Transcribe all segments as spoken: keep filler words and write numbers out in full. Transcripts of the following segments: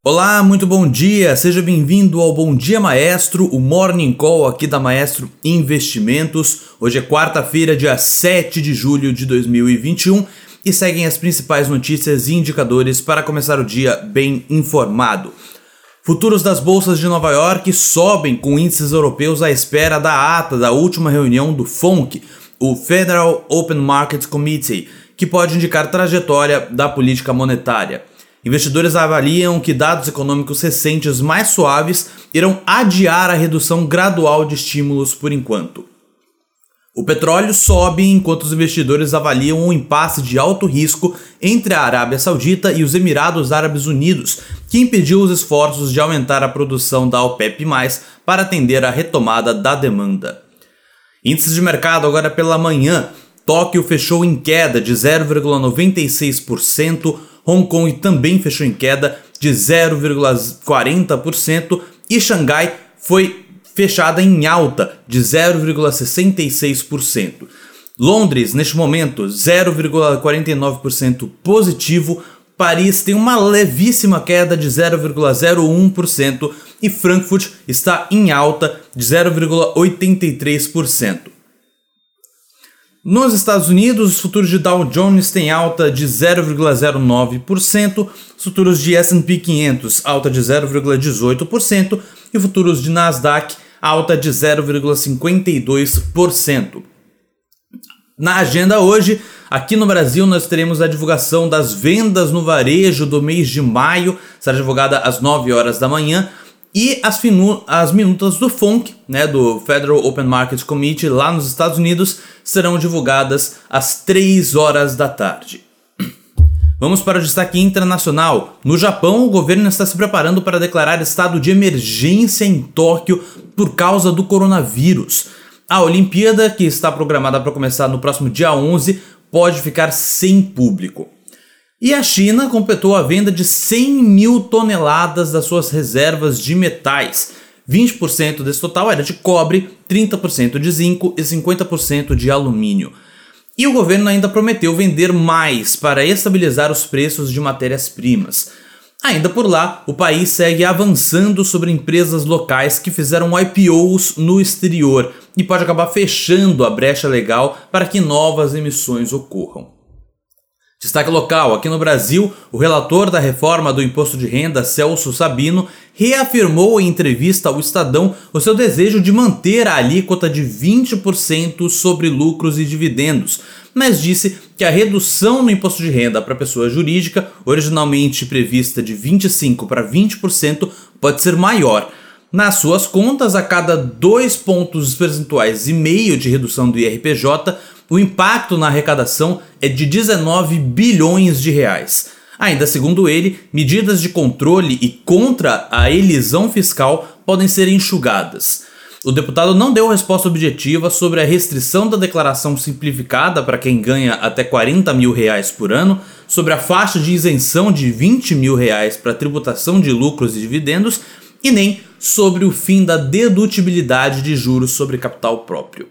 Olá, muito bom dia, seja bem-vindo ao Bom Dia Maestro, o Morning Call aqui da Maestro Investimentos. Hoje é quarta-feira, dia sete de julho de dois mil e vinte e um e seguem as principais notícias e indicadores para começar o dia bem informado. Futuros das bolsas de Nova York sobem com índices europeus à espera da ata da última reunião do F O M C, o Federal Open Market Committee, que pode indicar trajetória da política monetária. Investidores avaliam que dados econômicos recentes mais suaves irão adiar a redução gradual de estímulos por enquanto. O petróleo sobe enquanto os investidores avaliam um impasse de alto risco entre a Arábia Saudita e os Emirados Árabes Unidos, que impediu os esforços de aumentar a produção da OPEP mais, para atender à retomada da demanda. Índices de mercado agora pela manhã. Tóquio fechou em queda de zero vírgula noventa e seis por cento, Hong Kong também fechou em queda de zero vírgula quarenta por cento e Xangai foi fechada em alta de zero vírgula sessenta e seis por cento. Londres, neste momento, zero vírgula quarenta e nove por cento positivo. Paris tem uma levíssima queda de zero vírgula zero um por cento e Frankfurt está em alta de zero vírgula oitenta e três por cento. Nos Estados Unidos, os futuros de Dow Jones têm alta de zero vírgula zero nove por cento, os futuros de S and P quinhentos alta de zero vírgula dezoito por cento e futuros de Nasdaq alta de zero vírgula cinquenta e dois por cento. Na agenda hoje, aqui no Brasil, nós teremos a divulgação das vendas no varejo do mês de maio, será divulgada às nove horas da manhã, e as, finu- as minutas do F O M C, né, do Federal Open Market Committee, lá nos Estados Unidos, serão divulgadas às três horas da tarde. Vamos para o destaque internacional. No Japão, o governo está se preparando para declarar estado de emergência em Tóquio por causa do coronavírus. A Olimpíada, que está programada para começar no próximo dia onze, pode ficar sem público. E a China completou a venda de cem mil toneladas das suas reservas de metais. vinte por cento desse total era de cobre, trinta por cento de zinco e cinquenta por cento de alumínio. E o governo ainda prometeu vender mais para estabilizar os preços de matérias-primas. Ainda por lá, o país segue avançando sobre empresas locais que fizeram I P Os no exterior e pode acabar fechando a brecha legal para que novas emissões ocorram. Destaque local, aqui no Brasil, o relator da reforma do imposto de renda, Celso Sabino, reafirmou em entrevista ao Estadão o seu desejo de manter a alíquota de vinte por cento sobre lucros e dividendos, mas disse que a redução no imposto de renda para pessoa jurídica, originalmente prevista de vinte e cinco por cento para vinte por cento, pode ser maior. Nas suas contas, a cada dois pontos percentuais e meio de redução do I R P J, o impacto na arrecadação é de dezenove bilhões de reais. Ainda segundo ele, medidas de controle e contra a elisão fiscal podem ser enxugadas. O deputado não deu resposta objetiva sobre a restrição da declaração simplificada para quem ganha até quarenta mil reais por ano, sobre a faixa de isenção de vinte mil reais para tributação de lucros e dividendos e nem sobre o fim da dedutibilidade de juros sobre capital próprio.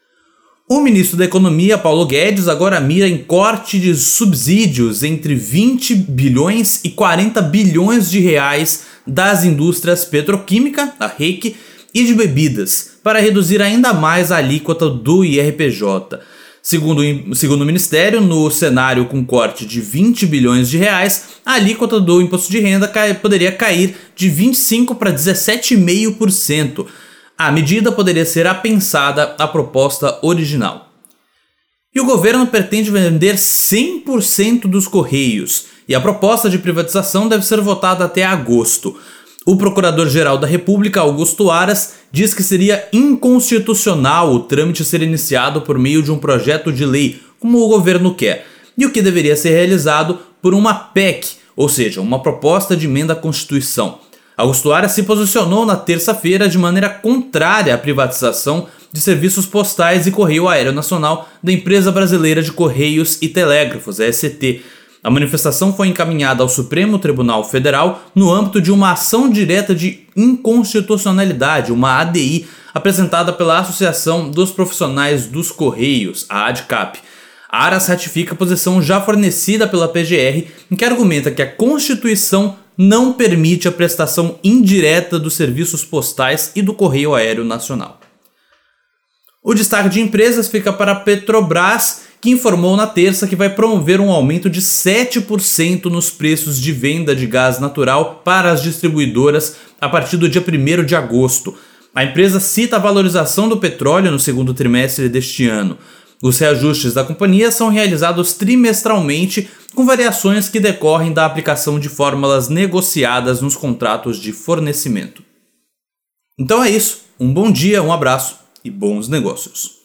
O ministro da Economia, Paulo Guedes, agora mira em corte de subsídios entre vinte bilhões e quarenta bilhões de reais das indústrias petroquímica, a R E C, e de bebidas, para reduzir ainda mais a alíquota do I R P J. Segundo, segundo o Ministério, no cenário com corte de vinte bilhões de reais, a alíquota do imposto de renda cai, poderia cair de vinte e cinco por cento para dezessete vírgula cinco por cento. A medida poderia ser apensada à proposta original. E o governo pretende vender cem por cento dos Correios, e a proposta de privatização deve ser votada até agosto. O Procurador-Geral da República, Augusto Aras, diz que seria inconstitucional o trâmite ser iniciado por meio de um projeto de lei, como o governo quer, e o que deveria ser realizado por uma P E C, ou seja, uma proposta de emenda à Constituição. Augusto Aras se posicionou na terça-feira de maneira contrária à privatização de serviços postais e correio aéreo nacional da Empresa Brasileira de Correios e Telégrafos, a E C T. A manifestação foi encaminhada ao Supremo Tribunal Federal no âmbito de uma ação direta de inconstitucionalidade, uma A D I, apresentada pela Associação dos Profissionais dos Correios, a ADCAP. Aras ratifica a posição já fornecida pela P G R, em que argumenta que a Constituição não permite a prestação indireta dos serviços postais e do Correio Aéreo Nacional. O destaque de empresas fica para a Petrobras, que informou na terça que vai promover um aumento de sete por cento nos preços de venda de gás natural para as distribuidoras a partir do dia primeiro de agosto. A empresa cita a valorização do petróleo no segundo trimestre deste ano. Os reajustes da companhia são realizados trimestralmente, com variações que decorrem da aplicação de fórmulas negociadas nos contratos de fornecimento. Então é isso. Um bom dia, um abraço e bons negócios.